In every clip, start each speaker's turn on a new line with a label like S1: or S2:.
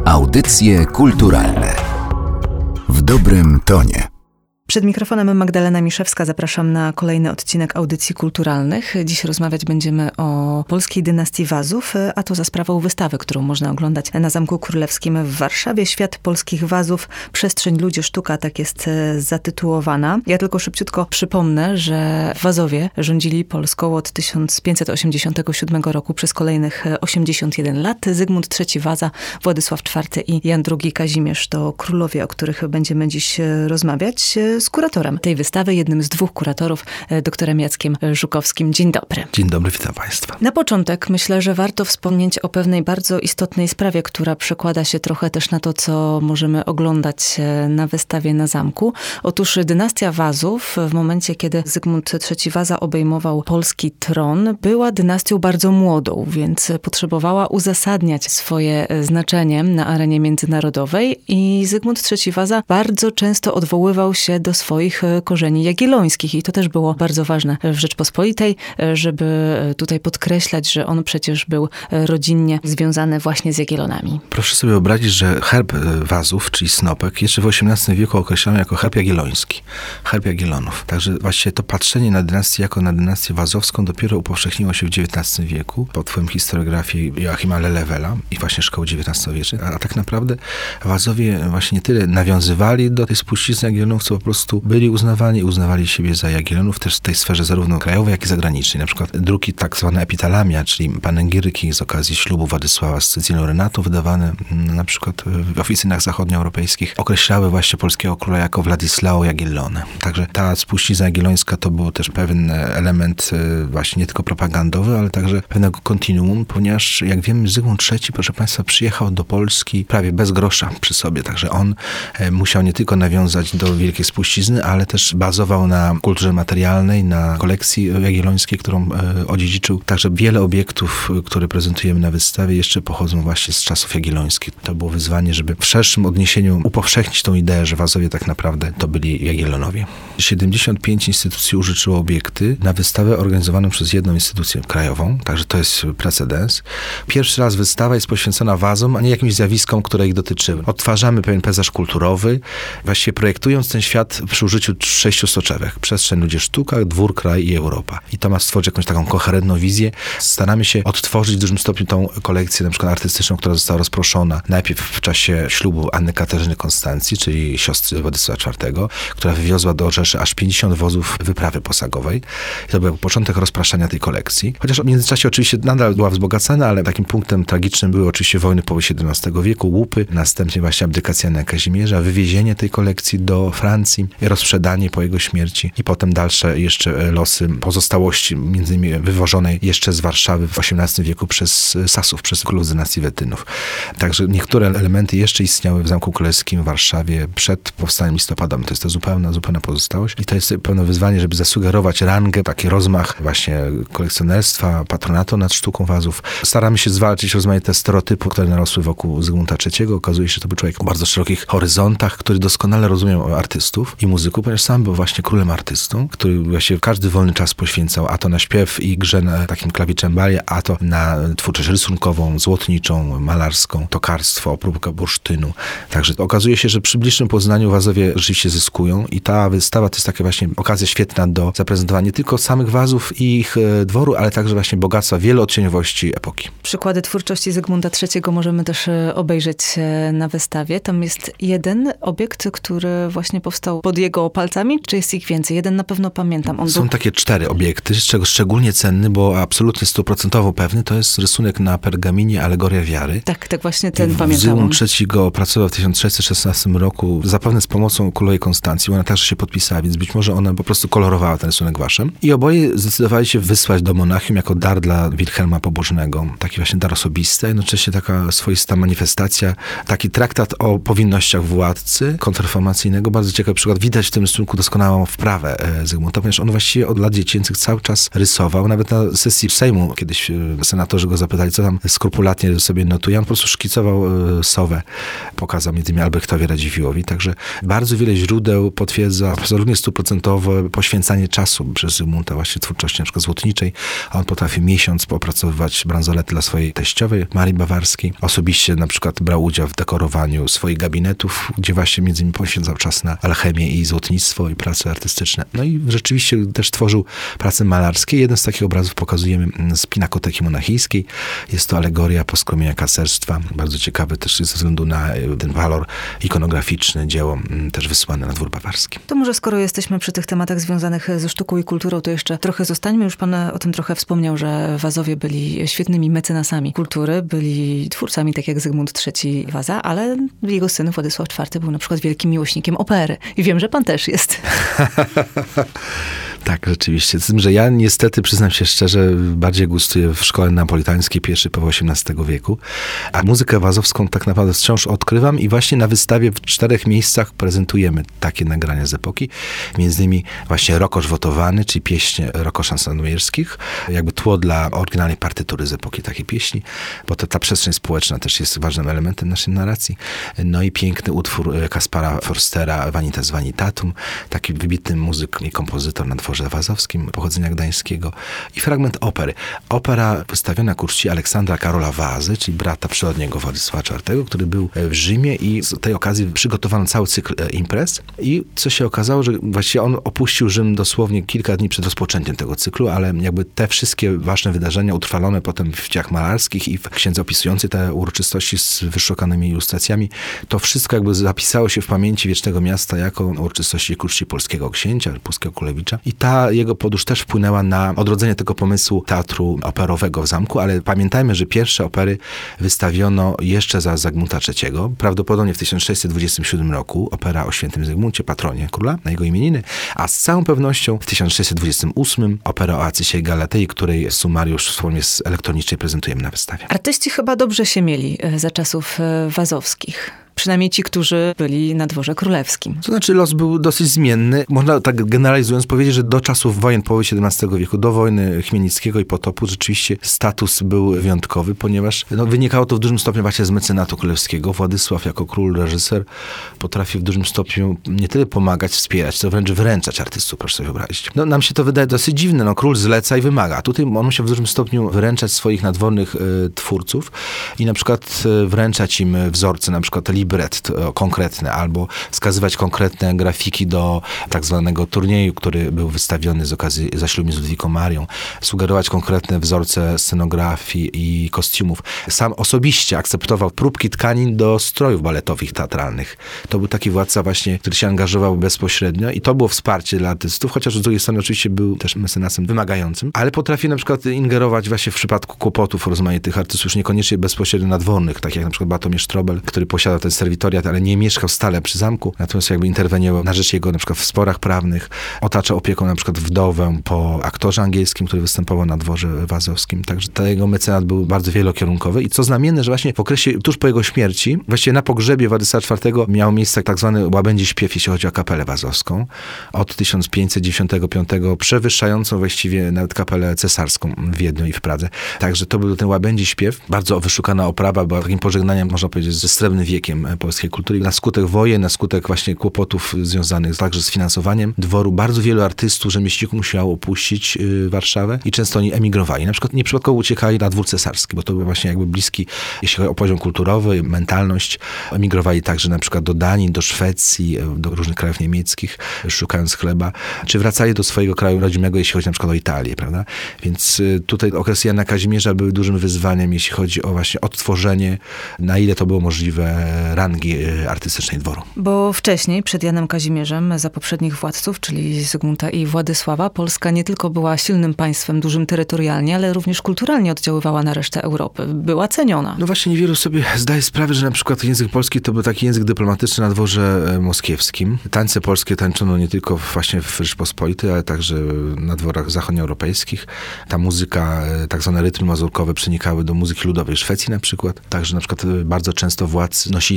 S1: Audycje kulturalne w dobrym tonie.
S2: Przed mikrofonem Magdalena Miszewska, zapraszam na kolejny odcinek Audycji Kulturalnych. Dziś rozmawiać będziemy o polskiej dynastii Wazów, a to za sprawą wystawy, którą można oglądać na Zamku Królewskim w Warszawie. Świat polskich Wazów, przestrzeń, ludzie, sztuka, tak jest zatytułowana. Ja tylko szybciutko przypomnę, że Wazowie rządzili Polską od 1587 roku przez kolejnych 81 lat. Zygmunt III Waza, Władysław IV i Jan II Kazimierz to królowie, o których będziemy dziś rozmawiać. Z kuratorem tej wystawy, jednym z dwóch kuratorów, doktorem Jackiem Żukowskim. Dzień dobry.
S3: Dzień dobry, witam Państwa.
S2: Na początek myślę, że warto wspomnieć o pewnej bardzo istotnej sprawie, która przekłada się trochę też na to, co możemy oglądać na wystawie na zamku. Otóż dynastia Wazów, w momencie, kiedy Zygmunt III Waza obejmował polski tron, była dynastią bardzo młodą, więc potrzebowała uzasadniać swoje znaczenie na arenie międzynarodowej i Zygmunt III Waza bardzo często odwoływał się do swoich korzeni jagiellońskich i to też było bardzo ważne w Rzeczpospolitej, żeby tutaj podkreślać, że on przecież był rodzinnie związany właśnie z Jagiellonami.
S3: Proszę sobie wyobrazić, że herb Wazów, czyli snopek, jeszcze w XVIII wieku określano jako herb jagielloński, herb Jagiellonów. Także właściwie to patrzenie na dynastię jako na dynastię wazowską dopiero upowszechniło się w XIX wieku pod wpływem historiografii Joachima Lelewela i właśnie szkoły XIX-wiecznej. A tak naprawdę Wazowie właśnie nie tyle nawiązywali do tej spuścizny Jagiellonów, co po prostu byli uznawali siebie za Jagiellonów też w tej sferze zarówno krajowej, jak i zagranicznej. Na przykład druki tak zwane epitalamia, czyli panegieryki z okazji ślubu Władysława z Cecylią Renatą, wydawane na przykład w oficynach zachodnioeuropejskich, określały właśnie polskiego króla jako Władysław Jagiellone. Także ta spuścizna jagiellońska to był też pewien element właśnie nie tylko propagandowy, ale także pewnego kontinuum, ponieważ jak wiemy, Zygmunt III, proszę Państwa, przyjechał do Polski prawie bez grosza przy sobie. Także on musiał nie tylko nawiązać do wielkiej spuścizny, ale też bazował na kulturze materialnej, na kolekcji jagiellońskiej, którą odziedziczył. Także wiele obiektów, które prezentujemy na wystawie, jeszcze pochodzą właśnie z czasów jagiellońskich. To było wyzwanie, żeby w szerszym odniesieniu upowszechnić tą ideę, że Wazowie tak naprawdę to byli Jagiellonowie. 75 instytucji użyczyło obiekty na wystawę organizowaną przez jedną instytucję krajową, także to jest precedens. Pierwszy raz wystawa jest poświęcona Wazom, a nie jakimś zjawiskom, które ich dotyczyły. Odtwarzamy pewien pejzaż kulturowy, właściwie projektując ten świat przy użyciu 6 soczewek. Przestrzeń, ludzie, sztuka, dwór, kraj i Europa. I to ma stworzyć jakąś taką koherentną wizję. Staramy się odtworzyć w dużym stopniu tą kolekcję, na przykład artystyczną, która została rozproszona najpierw w czasie ślubu Anny Katarzyny Konstancji, czyli siostry Władysława IV, która wywiozła do Rzeszy aż 50 wozów wyprawy posagowej. I to był początek rozpraszania tej kolekcji. Chociaż w międzyczasie oczywiście nadal była wzbogacana, ale takim punktem tragicznym były oczywiście wojny połowy XVII wieku, łupy, następnie właśnie abdykacja Jana Kazimierza, wywiezienie tej kolekcji do Francji, rozprzedanie po jego śmierci i potem dalsze jeszcze losy pozostałości, między innymi wywożonej jeszcze z Warszawy w XVIII wieku przez Sasów, przez królów z dynastii Wetynów. Także niektóre elementy jeszcze istniały w Zamku Królewskim w Warszawie przed powstaniem listopadowym. To jest to zupełna pozostałość i to jest pewne wyzwanie, żeby zasugerować rangę, taki rozmach właśnie kolekcjonerstwa, patronatu nad sztuką Wazów. Staramy się zwalczyć rozmaite stereotypy, które narosły wokół Zygmunta III. Okazuje się, że to był człowiek o bardzo szerokich horyzontach, który doskonale rozumiał artystów i muzyków, ponieważ sam był właśnie królem artystą, który właśnie każdy wolny czas poświęcał, a to na śpiew i grze na takim klawiczembali, a to na twórczość rysunkową, złotniczą, malarską, tokarstwo, obróbkę bursztynu. Także okazuje się, że przy bliższym poznaniu Wazowie rzeczywiście zyskują i ta wystawa to jest taka właśnie okazja świetna do zaprezentowania nie tylko samych Wazów i ich dworu, ale także właśnie bogactwa, wieloodcieniowości epoki.
S2: Przykłady twórczości Zygmunta III możemy też obejrzeć na wystawie. Tam jest jeden obiekt, który właśnie powstał pod jego palcami, czy jest ich więcej? Jeden na pewno pamiętam.
S3: Są takie 4 obiekty, z czego szczególnie cenny, bo absolutnie 100% pewny, to jest rysunek na pergaminie Alegoria Wiary. Tak
S2: właśnie ten pamiętam.
S3: Zygmunt III go opracował w 1616 roku, zapewne z pomocą królowej Konstancji. Ona także się podpisała, więc być może ona po prostu kolorowała ten rysunek waszym. I oboje zdecydowali się wysłać do Monachium jako dar dla Wilhelma Pobożnego. Taki właśnie dar osobisty, jednocześnie taka swoista manifestacja, taki traktat o powinnościach władcy kontrreformacyjnego, bardzo ciekawy przykład widać w tym rysunku doskonałą wprawę Zygmunta, ponieważ on właściwie od lat dziecięcych cały czas rysował. Nawet na sesji Sejmu kiedyś senatorzy go zapytali, co tam skrupulatnie sobie notuje. On po prostu szkicował sowę. Pokazał między innymi Albrechtowi Radziwiłłowi. Także bardzo wiele źródeł potwierdza absolutnie 100% poświęcanie czasu przez Zygmunta właśnie twórczości na przykład złotniczej. On potrafił miesiąc opracowywać bransolety dla swojej teściowej, Marii Bawarskiej. Osobiście na przykład brał udział w dekorowaniu swoich gabinetów, gdzie właśnie między innymi poświęcał czas na alchemię i złotnictwo i prace artystyczne. No i rzeczywiście też tworzył prace malarskie. Jeden z takich obrazów pokazujemy z Pinakoteki Monachijskiej. Jest to alegoria poskromienia kacerstwa. Bardzo ciekawy też ze względu na ten walor ikonograficzny, dzieło też wysłane na dwór bawarski.
S2: To może skoro jesteśmy przy tych tematach związanych ze sztuką i kulturą, to jeszcze trochę zostańmy. Już pan o tym trochę wspomniał, że Wazowie byli świetnymi mecenasami kultury, byli twórcami, tak jak Zygmunt III Waza, ale jego syn Władysław IV był na przykład wielkim miłośnikiem opery. I wiem, że pan też jest.
S3: Tak, rzeczywiście. Z tym, że ja niestety, przyznam się szczerze, bardziej gustuję w szkole napolitańskiej pierwszej połowy XVIII wieku, a muzykę wazowską tak naprawdę wciąż odkrywam i właśnie na wystawie w 4 miejscach prezentujemy takie nagrania z epoki. Między innymi właśnie Rokosz Wotowany, czyli pieśń Rokosza Sandomierskich, jakby tło dla oryginalnej partytury z epoki takiej pieśni, bo ta przestrzeń społeczna też jest ważnym elementem naszej narracji. No i piękny utwór Kaspara Forstera, Vanitas Vanitatum, taki wybitny muzyk i kompozytor na dworze wazowskim, pochodzenia gdańskiego, i fragment opery. Opera wystawiona ku czci Aleksandra Karola Wazy, czyli brata przyrodniego Władysława IV, który był w Rzymie, i z tej okazji przygotowano cały cykl imprez. I co się okazało, że właściwie on opuścił Rzym dosłownie kilka dni przed rozpoczęciem tego cyklu, ale jakby te wszystkie ważne wydarzenia utrwalone potem w dziełach malarskich i w księdze opisującej te uroczystości z wyszukanymi ilustracjami, to wszystko jakby zapisało się w pamięci Wiecznego Miasta jako uroczystości ku czci polskiego księcia, polskiego królewicza. I ta jego podróż też wpłynęła na odrodzenie tego pomysłu teatru operowego w zamku, ale pamiętajmy, że pierwsze opery wystawiono jeszcze za Zygmunta III, prawdopodobnie w 1627 roku, opera o świętym Zygmuncie, patronie króla, na jego imieniny, a z całą pewnością w 1628 opera o Acysie i Galatei, której sumariusz w formie elektronicznej prezentujemy na wystawie.
S2: Artyści chyba dobrze się mieli za czasów wazowskich. Przynajmniej ci, którzy byli na dworze królewskim.
S3: To znaczy los był dosyć zmienny. Można tak generalizując powiedzieć, że do czasów wojen połowy XVII wieku, do wojny Chmielnickiego i Potopu rzeczywiście status był wyjątkowy, ponieważ wynikało to w dużym stopniu właśnie z mecenatu królewskiego. Władysław jako król, reżyser potrafił w dużym stopniu nie tyle pomagać, wspierać, co wręcz wyręczać artystów, proszę sobie wyobrazić. Nam się to wydaje dosyć dziwne. Król zleca i wymaga. A tutaj on musiał w dużym stopniu wyręczać swoich nadwornych twórców i na przykład wręczać im wzorce, na przykład libret konkretne, albo wskazywać konkretne grafiki do tak zwanego turnieju, który był wystawiony z okazji zaślubin z Ludwiką Marią, sugerować konkretne wzorce scenografii i kostiumów. Sam osobiście akceptował próbki tkanin do strojów baletowych, teatralnych. To był taki władca właśnie, który się angażował bezpośrednio i to było wsparcie dla artystów, chociaż z drugiej strony oczywiście był też mecenasem wymagającym, ale potrafi na przykład ingerować właśnie w przypadku kłopotów rozmaitych artystów, już niekoniecznie bezpośrednio nadwornych, tak jak na przykład Bartłomiej Sztrobel, który posiadał ten serwitoriat, ale nie mieszkał stale przy zamku, natomiast jakby interweniował na rzecz jego na przykład w sporach prawnych, otaczał opieką na przykład wdowę po aktorze angielskim, który występował na dworze wazowskim. Także ten jego mecenat był bardzo wielokierunkowy i co znamienne, że właśnie w okresie tuż po jego śmierci, właściwie na pogrzebie Władysława IV miał miejsce tak zwany łabędzi śpiew, jeśli chodzi o kapelę wazowską, od 1595 przewyższającą właściwie nawet kapelę cesarską w Wiedniu i w Pradze. Także to był ten łabędzi śpiew, bardzo wyszukana oprawa, była takim pożegnaniem, można powiedzieć, ze srebrnym wiekiem polskiej kultury. Na skutek wojen, na skutek właśnie kłopotów związanych także z finansowaniem dworu, bardzo wielu artystów, rzemieślników musiało opuścić Warszawę i często oni emigrowali. Na przykład nieprzypadkowo uciekali na dwór cesarski, bo to był właśnie jakby bliski, jeśli chodzi o poziom kulturowy, mentalność. Emigrowali także na przykład do Danii, do Szwecji, do różnych krajów niemieckich, szukając chleba, czy wracali do swojego kraju rodzimego, jeśli chodzi na przykład o Italię, prawda? Więc tutaj okresy Jana Kazimierza były dużym wyzwaniem, jeśli chodzi o właśnie odtworzenie, na ile to było możliwe, rangi artystycznej dworu.
S2: Bo wcześniej, przed Janem Kazimierzem, za poprzednich władców, czyli Zygmunta i Władysława, Polska nie tylko była silnym państwem, dużym terytorialnie, ale również kulturalnie oddziaływała na resztę Europy. Była ceniona.
S3: No właśnie niewielu sobie zdaje sprawę, że na przykład język polski to był taki język dyplomatyczny na dworze moskiewskim. Tańce polskie tańczono nie tylko właśnie w Rzeczpospolitej, ale także na dworach zachodnioeuropejskich. Ta muzyka, tak zwane rytmy mazurkowe przenikały do muzyki ludowej Szwecji na przykład. Także na przykład bardzo często władcy nosili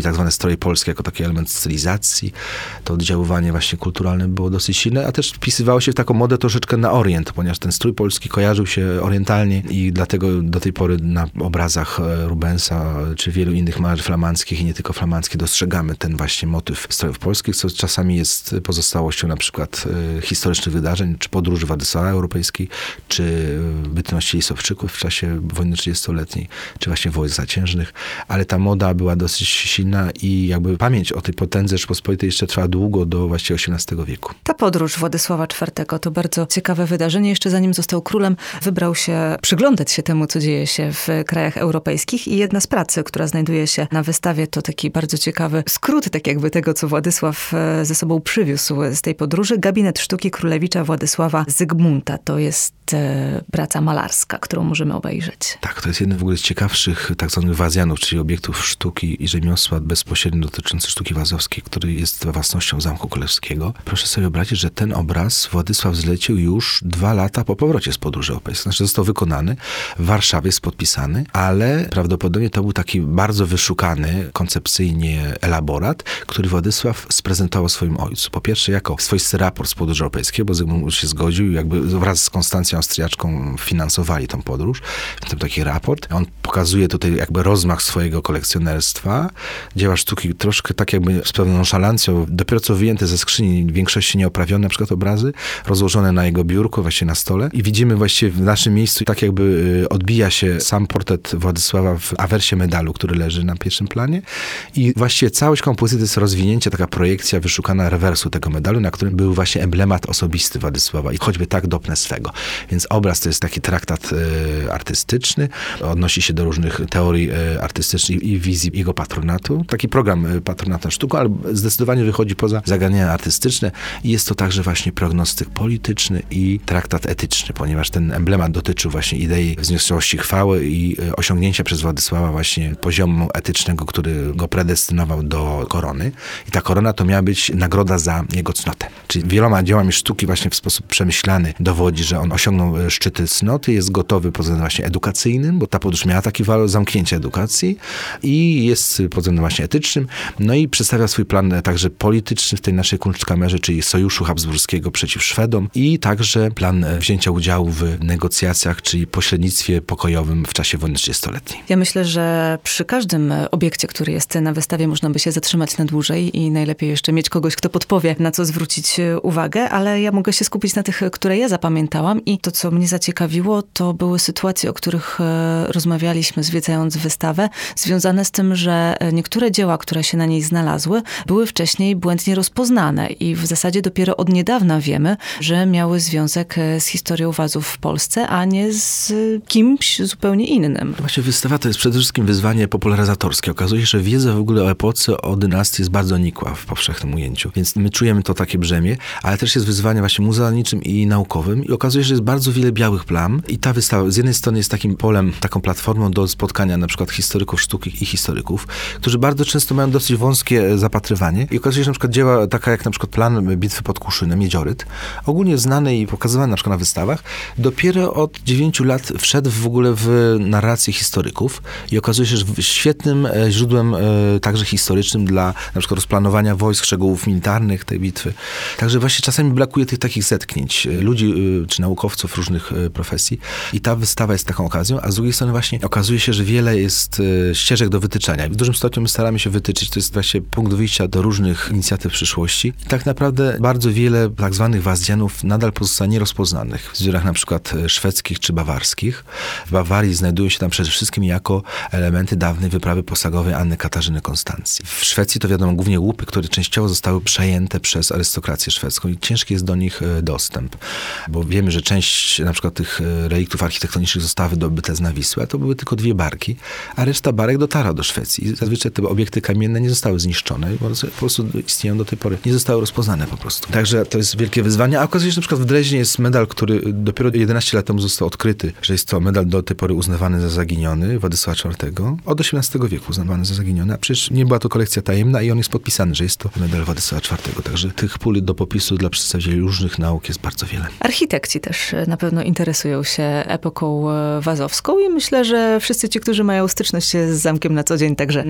S3: tak zwane stroje polskie jako taki element stylizacji. To oddziaływanie właśnie kulturalne było dosyć silne, a też wpisywało się w taką modę troszeczkę na orient, ponieważ ten strój polski kojarzył się orientalnie i dlatego do tej pory na obrazach Rubensa czy wielu innych malarzy flamandzkich i nie tylko flamandzkich dostrzegamy ten właśnie motyw strojów polskich, co czasami jest pozostałością na przykład historycznych wydarzeń, czy podróży Władysława Europejskiej, czy bytności Lisowczyków w czasie wojny 30-letniej, czy właśnie wojsk zaciężnych, ale ta moda była dosyć silna i jakby pamięć o tej potędze Rzeczpospolitej jeszcze trwała długo do właściwie XVIII wieku.
S2: Ta podróż Władysława IV to bardzo ciekawe wydarzenie. Jeszcze zanim został królem, wybrał się przyglądać się temu, co dzieje się w krajach europejskich i jedna z pracy, która znajduje się na wystawie, to taki bardzo ciekawy skrót, tak jakby tego, co Władysław ze sobą przywiózł z tej podróży. Gabinet sztuki królewicza Władysława Zygmunta. To jest praca malarska, którą możemy obejrzeć.
S3: Tak, to jest jeden w ogóle z ciekawszych tak zwanych wazjanów, czyli obiektów sztuki i rzemiosła bezpośrednio dotyczących sztuki wazowskiej, który jest własnością Zamku Królewskiego. Proszę sobie wyobrazić, że ten obraz Władysław zlecił już 2 lata po powrocie z podróży europejskiej. Znaczy został wykonany, w Warszawie jest podpisany, ale prawdopodobnie to był taki bardzo wyszukany koncepcyjnie elaborat, który Władysław sprezentował swoim ojcu. Po pierwsze jako swoisty raport z podróży europejskiej, bo Zygmunt już się zgodził i jakby wraz z Konstancją Austriaczką finansowali tą podróż. To taki raport. On pokazuje tutaj jakby rozmach swojego kolekcjonerstwa, dzieła sztuki troszkę tak jakby z pewną nonszalancją, dopiero co wyjęte ze skrzyni, w większości nieoprawione na przykład obrazy, rozłożone na jego biurku, właśnie na stole i widzimy właściwie w naszym miejscu tak jakby odbija się sam portret Władysława w awersie medalu, który leży na pierwszym planie i właściwie całość kompozycji to jest rozwinięcie, taka projekcja wyszukana rewersu tego medalu, na którym był właśnie emblemat osobisty Władysława i choćby tak dopnę swego. Więc obraz to jest taki traktat artystyczny, odnosi się do różnych teorii artystycznych i wizji jego patronatu. Taki program patronatu sztuką, ale zdecydowanie wychodzi poza zagadnienia artystyczne i jest to także właśnie prognostyk polityczny i traktat etyczny, ponieważ ten emblemat dotyczył właśnie idei wzniosłości chwały i osiągnięcia przez Władysława właśnie poziomu etycznego, który go predestynował do korony. I ta korona to miała być nagroda za jego cnotę. Czyli wieloma dziełami sztuki właśnie w sposób przemyślany dowodzi, że on osiągnął szczyty cnoty, jest gotowy pod względem właśnie edukacyjnym, bo ta podróż miała taki walor zamknięcia edukacji i jest pod względem właśnie etycznym. No i przedstawia swój plan także polityczny w tej naszej kunsztkamerze, czyli sojuszu habsburskiego przeciw Szwedom i także plan wzięcia udziału w negocjacjach, czyli pośrednictwie pokojowym w czasie wojny 30-letniej.
S2: Ja myślę, że przy każdym obiekcie, który jest na wystawie, można by się zatrzymać na dłużej i najlepiej jeszcze mieć kogoś, kto podpowie, na co zwrócić uwagę, ale ja mogę się skupić na tych, które ja zapamiętałam i to, co mnie zaciekawiło, to były sytuacje, o których rozmawialiśmy, zwiedzając wystawę, związane z tym, że niektóre dzieła, które się na niej znalazły, były wcześniej błędnie rozpoznane i w zasadzie dopiero od niedawna wiemy, że miały związek z historią wazów w Polsce, a nie z kimś zupełnie innym.
S3: Właśnie wystawa to jest przede wszystkim wyzwanie popularyzatorskie. Okazuje się, że wiedza w ogóle o epoce, o dynastii jest bardzo nikła w powszechnym ujęciu, więc my czujemy to takie brzemię, ale też jest wyzwanie właśnie muzealniczym i naukowym i okazuje się, że jest bardzo wiele białych plam i ta wystawa z jednej strony jest takim polem, taką platformą do spotkania na przykład historyków sztuki i historyków, którzy bardzo często mają dosyć wąskie zapatrywanie i okazuje się, że na przykład dzieła taka jak na przykład plan bitwy pod Kłuszynem, Miedzioryt, ogólnie znane i pokazywane na przykład na wystawach, dopiero od 9 lat wszedł w ogóle w narrację historyków i okazuje się, że świetnym źródłem także historycznym dla na przykład rozplanowania wojsk, szczegółów militarnych tej bitwy. Także właśnie czasami brakuje tych takich zetknięć ludzi czy naukowców różnych profesji i ta wystawa jest taką okazją, a z drugiej strony właśnie okazuje się, że wiele jest ścieżek do wytyczania. I w dużym stopniu my staramy się wytyczyć, to jest właśnie punkt wyjścia do różnych inicjatyw przyszłości. I tak naprawdę bardzo wiele tak zwanych wazjanów nadal pozostaje nierozpoznanych w zbiorach na przykład szwedzkich czy bawarskich. W Bawarii znajdują się tam przede wszystkim jako elementy dawnej wyprawy posagowej Anny Katarzyny Konstancji. W Szwecji to wiadomo głównie łupy, które częściowo zostały przejęte przez arystokrację szwedzką i ciężki jest do nich dostęp, bo wiemy, że część na przykład tych reliktów architektonicznych zostały wydobyte z Nawisły, a to były tylko 2 barki, a reszta barek dotarła do Szwecji. I zazwyczaj te obiekty kamienne nie zostały zniszczone, bo po prostu istnieją do tej pory. Nie zostały rozpoznane po prostu. Także to jest wielkie wyzwanie, a okazuje się, że na przykład w Dreźnie jest medal, który dopiero 11 lat temu został odkryty, że jest to medal do tej pory uznawany za zaginiony, Władysława IV, od XVIII wieku uznawany za zaginiony, a przecież nie była to kolekcja tajemna i on jest podpisany, że jest to medal Władysława IV. Także tych pól do popisu dla przedstawicieli różnych nauk jest bardzo wiele.
S2: Architekci też na pewno interesują się epoką wazowską i myślę, że wszyscy ci, którzy mają styczność z zamkiem na co dzień, także najbardziej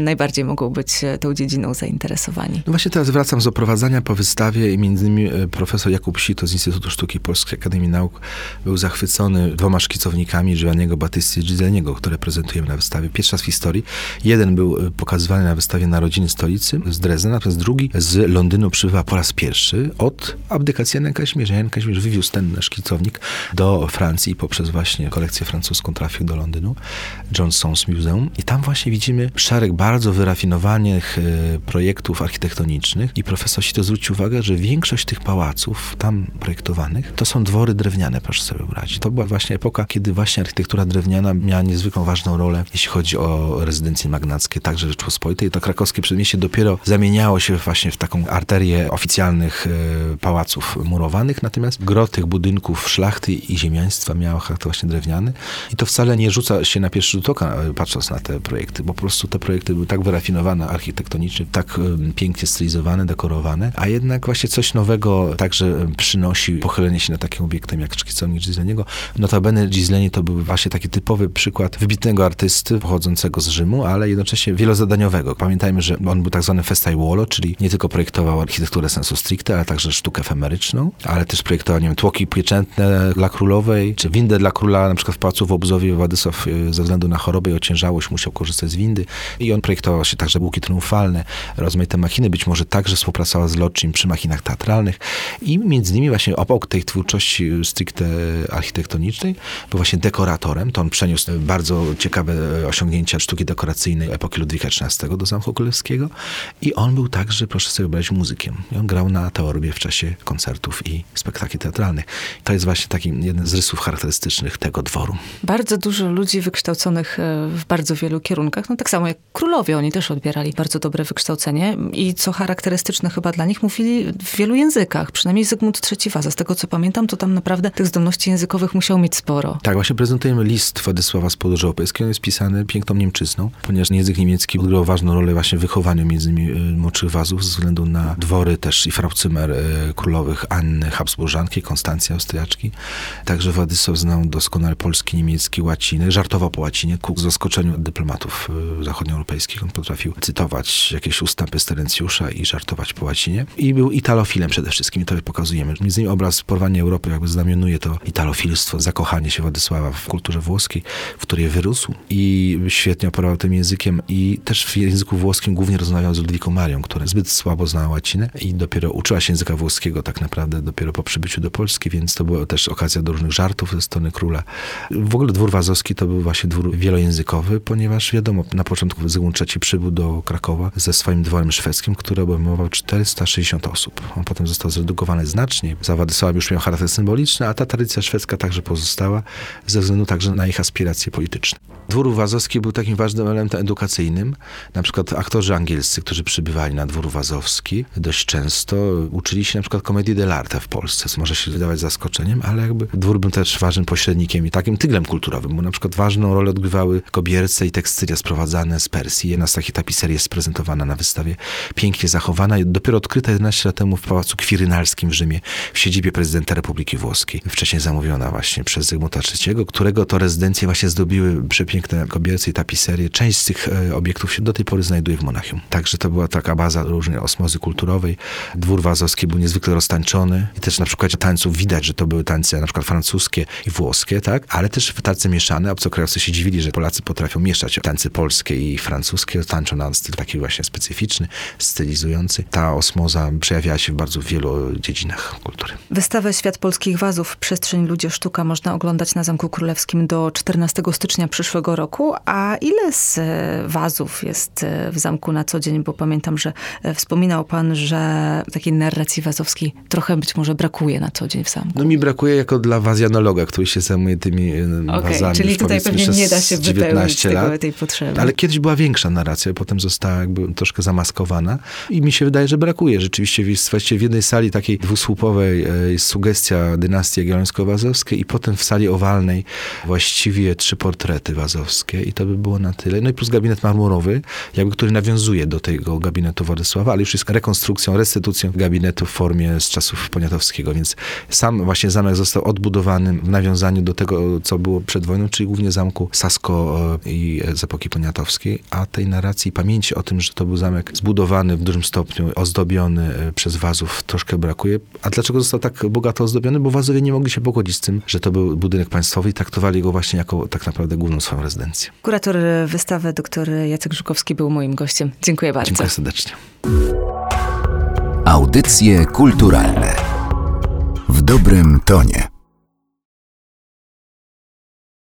S2: mogą być tą dziedziną zainteresowani?
S3: No właśnie teraz wracam z oprowadzania po wystawie i między innymi profesor Jakub Sito z Instytutu Sztuki Polskiej Akademii Nauk był zachwycony 2 szkicownikami Giovanniego Battisty Giselliniego, które prezentujemy na wystawie. Pierwszy raz w historii. Jeden był pokazywany na wystawie Narodziny Stolicy z Dresdena, natomiast drugi z Londynu przybywa po raz pierwszy od abdykacji Jana Kazimierza. Jan Kazimierz wywiózł ten szkicownik do Francji poprzez właśnie kolekcję francuską trafił do Londynu, John Soane's Museum. I tam właśnie widzimy szereg bardzo wyrafinowanych projektów architektonicznych i profesor Sito zwrócił uwagę, że większość tych pałaców tam projektowanych to są dwory drewniane, proszę sobie wyobrazić. To była właśnie epoka, kiedy właśnie architektura drewniana miała niezwykłą ważną rolę, jeśli chodzi o rezydencje magnackie, także Rzeczpospolitej. To krakowskie przedmieście dopiero zamieniało się właśnie w taką arterię oficjalnych pałaców murowanych, natomiast gro tych budynków szlachty i ziemiaństwa miało charakter właśnie drewniany i to wcale nie rzuca się na pierwszy rzut oka, patrząc na te projekty, bo po prostu te projekty były tak wyrafinowane architektonicznie, tak pięknie stylizowane, dekorowane, a jednak właśnie coś nowego także przynosi pochylenie się nad takim obiektem jak szkicownik Giselliniego. Notabene Gisellini to był właśnie taki typowy przykład wybitnego artysty pochodzącego z Rzymu, ale jednocześnie wielozadaniowego. Pamiętajmy, że on był tak zwany festaiuolo, czyli nie tylko projektował architekturę sensu stricte, ale także sztukę efemeryczną, ale też projektował, nie wiem, tłoki pieczętne dla królowej, czy windę dla króla, na przykład w Pałacu w Obzowie Władysław ze względu na chorobę i ociężałość musiał korzystać z windy i on projektował się także łuki triumfalne, rozmaite machiny, być może także współpracował z Lotczym przy machinach teatralnych i między innymi właśnie obok tej twórczości stricte architektonicznej był właśnie dekoratorem. To on przeniósł bardzo ciekawe osiągnięcia sztuki dekoracyjnej epoki Ludwika XIII do Zamku Królewskiego i on był także, proszę sobie wyobrazić, muzykiem. I on grał na teorbie w czasie koncertów i spektakli teatralnych. To jest właśnie taki jeden z rysów charakterystycznych tego dworu.
S2: Bardzo dużo ludzi wykształconych w bardzo wielu kierunkach, no tak samo jak królowie, oni też odbierali bardzo dobre wykształcenie i co charakterystyczne chyba dla nich, mówili w wielu językach, przynajmniej Zygmunt III Waza. Z tego co pamiętam, to tam naprawdę tych zdolności językowych musiał mieć sporo.
S3: Tak, właśnie prezentujemy list Władysława z Podróży Europejskiej. On jest pisany piękną niemczyzną, ponieważ język niemiecki odgrywał ważną rolę właśnie w wychowaniu między innymi młodszych Wazów ze względu na dwory też i Frau Zimmer królowych Anny Habsburżanki, Konstancji Austriaczki. Także Władysław znał doskonale polski, niemiecki, łacinę. Żartował po łacinie ku zaskoczeniu dyplomatów zachodnioeuropejskich. On potrafił cytować jakieś ustępy z Terencjusza i żartować po łacinie. I był italofilem przede wszystkim. I to pokazujemy. Między innymi obraz Porwania Europy jakby znamionuje to italofilstwo, zakochanie się Władysława w kulturze włoskiej, w której wyrósł i świetnie operował tym językiem i też w języku włoskim głównie rozmawiał z Ludwiką Marią, która zbyt słabo znała łacinę i dopiero uczyła się języka włoskiego tak naprawdę dopiero po przybyciu do Polski, więc to była też okazja do różnych żartów ze strony króla. W ogóle dwór wazowski to był właśnie dwór wielojęzykowy, ponieważ wiadomo, na początku Zygmunt III przybył do Krakowa ze swoim dworem szwedzkim, który obejmował 460 osób. On potem został zredukowany znacznie. Za Władysława już miał charakter symboliczny, a ta tradycja szwedzka także pozostała ze względu także na ich aspiracje polityczne. Dwór wazowski był takim ważnym elementem edukacyjnym. Na przykład aktorzy angielscy, którzy przybywali na dwór wazowski, dość często uczyli się na przykład komedii dell'arte w Polsce, co może się wydawać zaskoczeniem, ale jakby dwór był też ważnym pośrednikiem i takim tyglem kulturowym, bo na przykład ważną rolę odgrywały kobierce i tekstylia sprowadzane z Persji. Jedna z takich tapiserii jest prezentowana na wystawie, pięknie zachowana i dopiero odkryta 11 lat temu w Pałacu Kwirynalskim w Rzymie, w siedzibie prezydenta Republiki Włoskiej. Wcześniej zamówiona właśnie przez Zygmunta III, którego to rezydencje właśnie zdobiły przepiękne kobierce i tapiserie. Część z tych obiektów się do tej pory znajduje w Monachium. Także to była taka baza różnej osmozy kulturowej. Dwór wazowski był niezwykle roztańczony i też na przykład tańców widać, że to były tańce na przykład francuskie i włoskie, tak? Ale też tańce mieszane. Obcokrajowcy się dziwili, że Polacy potrafią mieszać tańce polskie i francuskie. Tańczą na styl taki właśnie specyficzny, stylizujący. Ta osmoza przejawiała się w bardzo wielu dziedzinach kultury.
S2: Wystawę Świat Polskich Wazów, Przestrzeń, Ludzie, Sztuka można oglądać na Zamku Królewskim do 14 stycznia przyszłego roku. A ile z wazów jest w zamku na co dzień? Bo pamiętam, że wspominał pan, że takiej narracji wazowskiej trochę być może brakuje na co dzień w zamku.
S3: No mi brakuje jako dla wazjanologa, który się zajmuje tymi wazami.
S2: Czyli tutaj pewnie nie da się wypełnić tej potrzeby.
S3: Ale kiedyś była większa narracja, potem została jakby troszkę zamaskowana i mi się wydaje, że brakuje. Rzeczywiście w jednej sali takiej dwusłupowej jest sugestia dynastii jagiellońsko-wazowskiej i potem w sali owalnej właściwie 3 portrety wazowskie i to by było na tyle. No i plus gabinet marmurowy, jakby, który nawiązuje do tego gabinetu Władysława, ale już jest rekonstrukcją, restytucją gabinetu w formie z czasów poniatowskiego, więc sam właśnie zamek został odbudowany w nawiązaniu do tego, co było przed wojną, czyli głównie zamku Sasko i z epoki poniatowskiej, a tej narracji informacji i pamięci o tym, że to był zamek zbudowany w dużym stopniu, ozdobiony przez Wazów, troszkę brakuje. A dlaczego został tak bogato ozdobiony? Bo Wazowie nie mogli się pogodzić z tym, że to był budynek państwowy i traktowali go właśnie jako tak naprawdę główną swoją rezydencję.
S2: Kurator wystawy dr Jacek Żukowski był moim gościem. Dziękuję bardzo.
S3: Dziękuję serdecznie.
S1: Audycje kulturalne w dobrym tonie.